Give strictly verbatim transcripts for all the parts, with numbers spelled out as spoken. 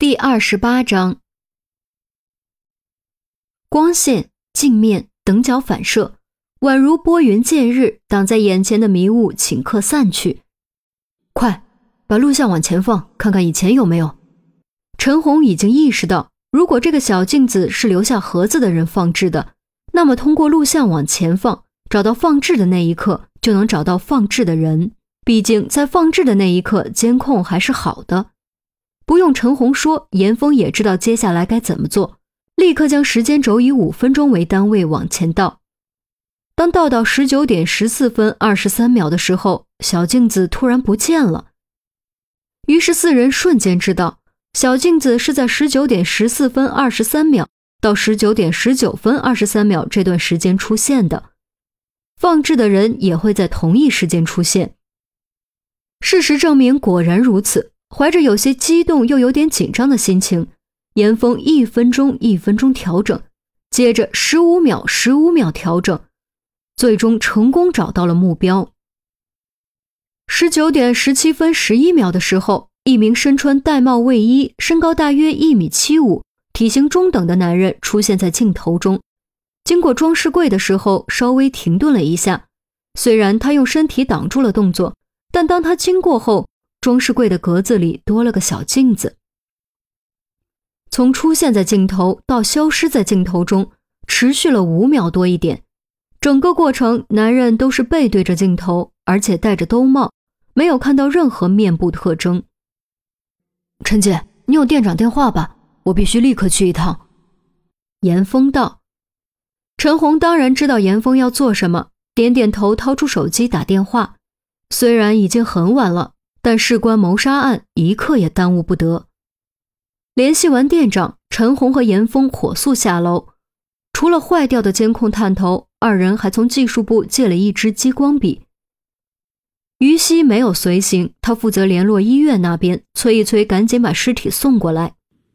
第二十八章，光线、镜面、等角反射，宛如拨云见日，挡在眼前的迷雾顷刻散去。快，把录像往前放，看看以前有没有。陈红已经意识到，如果这个小镜子是留下盒子的人放置的，那么通过录像往前放，找到放置的那一刻，就能找到放置的人。毕竟在放置的那一刻，监控还是好的。不用陈红说，严峰也知道接下来该怎么做，立刻将时间轴以五分钟为单位往前倒。当倒到十九点十四分二十三秒的时候，小镜子突然不见了。于是四人瞬间知道，小镜子是在十九点十四分二十三秒到十九点十九分二十三秒这段时间出现的，放置的人也会在同一时间出现。事实证明果然如此，怀着有些激动又有点紧张的心情，严峰一分钟一分钟调整，接着十五秒十五秒调整，最终成功找到了目标。十九点十七分十一秒的时候，一名身穿玳瑁卫衣，身高大约一米七五，体型中等的男人出现在镜头中。经过装饰柜的时候稍微停顿了一下，虽然他用身体挡住了动作，但当他经过后，装饰柜的格子里多了个小镜子。从出现在镜头到消失在镜头中，持续了五秒多一点。整个过程，男人都是背对着镜头，而且戴着兜帽，没有看到任何面部特征。陈姐，你有店长电话吧？我必须立刻去一趟。严峰道。陈红当然知道严峰要做什么，点点头，掏出手机打电话。虽然已经很晚了，但事关谋杀案，一刻也耽误不得。联系完店长，陈红和严峰火速下楼。除了坏掉的监控探头，二人还从技术部借了一支激光笔。于西没有随行，他负责联络医院那边，催一催赶紧把尸体送过来。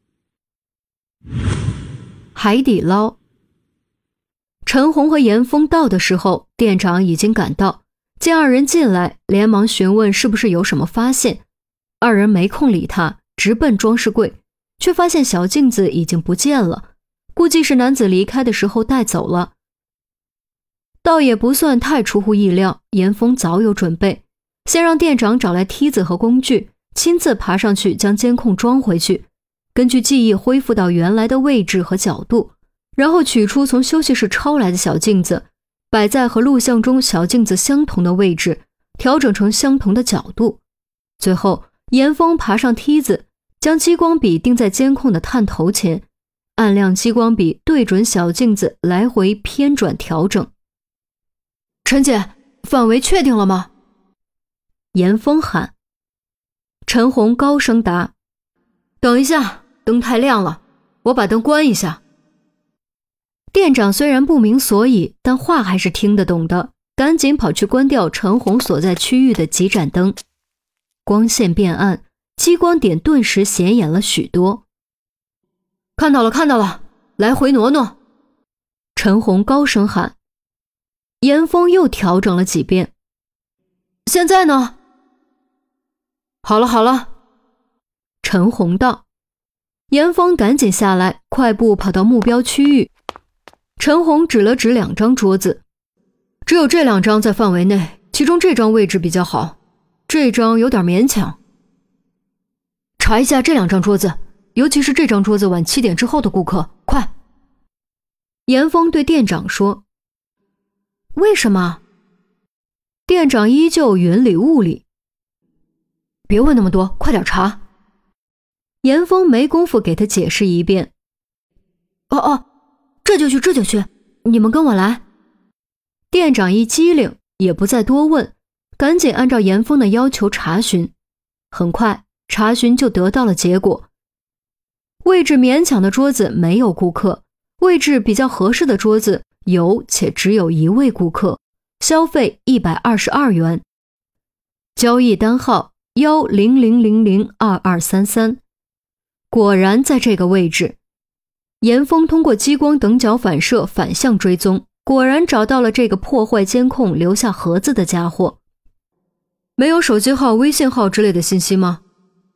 海底捞。陈红和严峰到的时候，店长已经赶到，见二人进来，连忙询问是不是有什么发现。二人没空理他，直奔装饰柜，却发现小镜子已经不见了，估计是男子离开的时候带走了。倒也不算太出乎意料，严峰早有准备，先让店长找来梯子和工具，亲自爬上去将监控装回去，根据记忆恢复到原来的位置和角度，然后取出从休息室抄来的小镜子，摆在和录像中小镜子相同的位置，调整成相同的角度。最后，严峰爬上梯子，将激光笔钉在监控的探头前，按亮激光笔对准小镜子来回偏转调整。陈姐，范围确定了吗？严峰喊。陈红高声答：等一下，灯太亮了，我把灯关一下。店长虽然不明所以，但话还是听得懂的，赶紧跑去关掉陈红所在区域的几盏灯。光线变暗，激光点顿时显眼了许多。看到了，看到了，来回挪挪。陈红高声喊。严峰又调整了几遍。现在呢？好了好了。陈红道。严峰赶紧下来，快步跑到目标区域。陈红指了指两张桌子，只有这两张在范围内，其中这张位置比较好，这张有点勉强。查一下这两张桌子，尤其是这张桌子晚七点之后的顾客，快！严峰对店长说。为什么？店长依旧云里雾里。别问那么多，快点查。严峰没工夫给他解释一遍。哦哦，这就去这就去，你们跟我来。店长一机灵，也不再多问，赶紧按照严峰的要求查询。很快查询就得到了结果。位置勉强的桌子没有顾客，位置比较合适的桌子有且只有一位顾客，消费一百二十二元。交易单号一零零零零二二三三。果然在这个位置。严峰通过激光等角反射反向追踪，果然找到了这个破坏监控留下盒子的家伙。没有手机号、微信号之类的信息吗？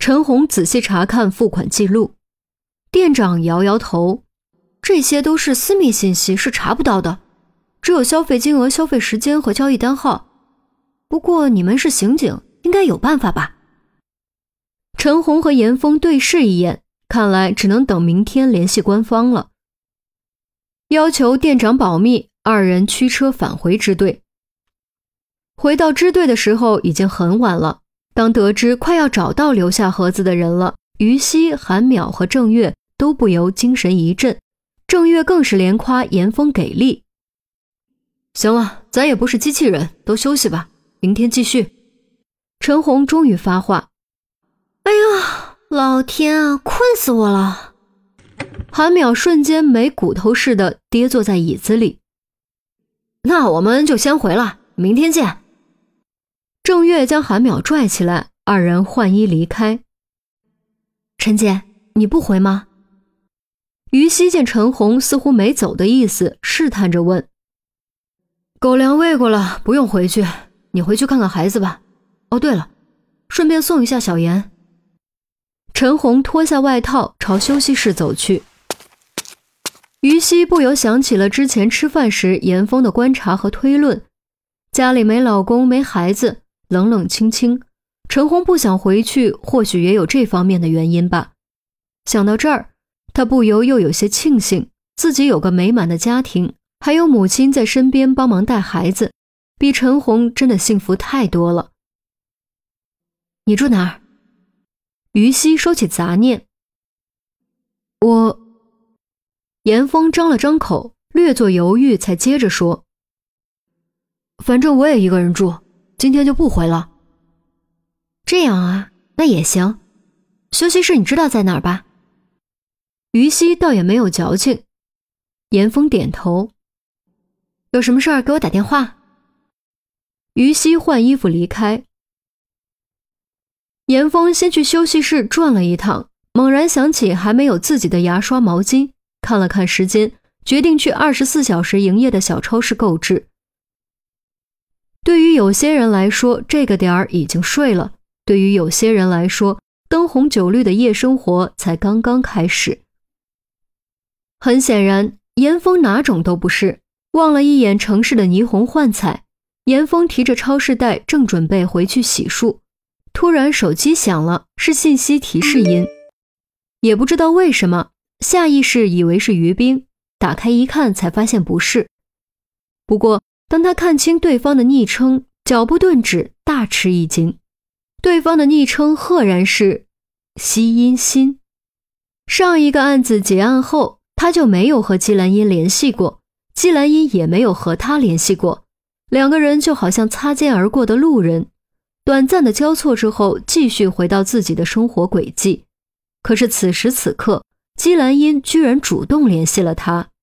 陈红仔细查看付款记录，店长摇摇头，这些都是私密信息，是查不到的，只有消费金额、消费时间和交易单号。不过你们是刑警，应该有办法吧？陈红和严峰对视一眼，看来只能等明天联系官方了。要求店长保密，二人驱车返回支队。回到支队的时候已经很晚了，当得知快要找到留下盒子的人了，于西、韩淼和郑月都不由精神一振，郑月更是连夸严峰给力。行了，咱也不是机器人，都休息吧，明天继续。陈红终于发话。哎呀，老天啊，困死我了。韩淼瞬间没骨头似的跌坐在椅子里。那我们就先回了，明天见。郑月将韩淼拽起来，二人换衣离开。陈姐，你不回吗？于西见陈红似乎没走的意思，试探着问。狗粮喂过了，不用回去，你回去看看孩子吧。哦，对了，顺便送一下小妍。陈红脱下外套朝休息室走去。于西不由想起了之前吃饭时严峰的观察和推论，家里没老公没孩子，冷冷清清，陈红不想回去，或许也有这方面的原因吧。想到这儿，他不由又有些庆幸自己有个美满的家庭，还有母亲在身边帮忙带孩子，比陈红真的幸福太多了。你住哪儿？于西收起杂念。我……严峰张了张口，略作犹豫，才接着说：反正我也一个人住，今天就不回了。这样啊，那也行。休息室你知道在哪儿吧？于西倒也没有矫情。严峰点头。有什么事儿给我打电话。于西换衣服离开。严峰先去休息室转了一趟，猛然想起还没有自己的牙刷毛巾，看了看时间，决定去二十四小时营业的小超市购置。对于有些人来说，这个点儿已经睡了；对于有些人来说，灯红酒绿的夜生活才刚刚开始。很显然，严峰哪种都不是。望了一眼城市的霓虹幻彩，严峰提着超市袋正准备回去洗漱，突然手机响了，是信息提示音。也不知道为什么，下意识以为是于冰，打开一看才发现不是。不过当他看清对方的昵称，脚步顿止，大吃一惊。对方的昵称赫然是西音心。上一个案子结案后，他就没有和季兰英联系过，季兰英也没有和他联系过，两个人就好像擦肩而过的路人，短暂的交错之后，继续回到自己的生活轨迹。可是此时此刻，季兰英居然主动联系了他。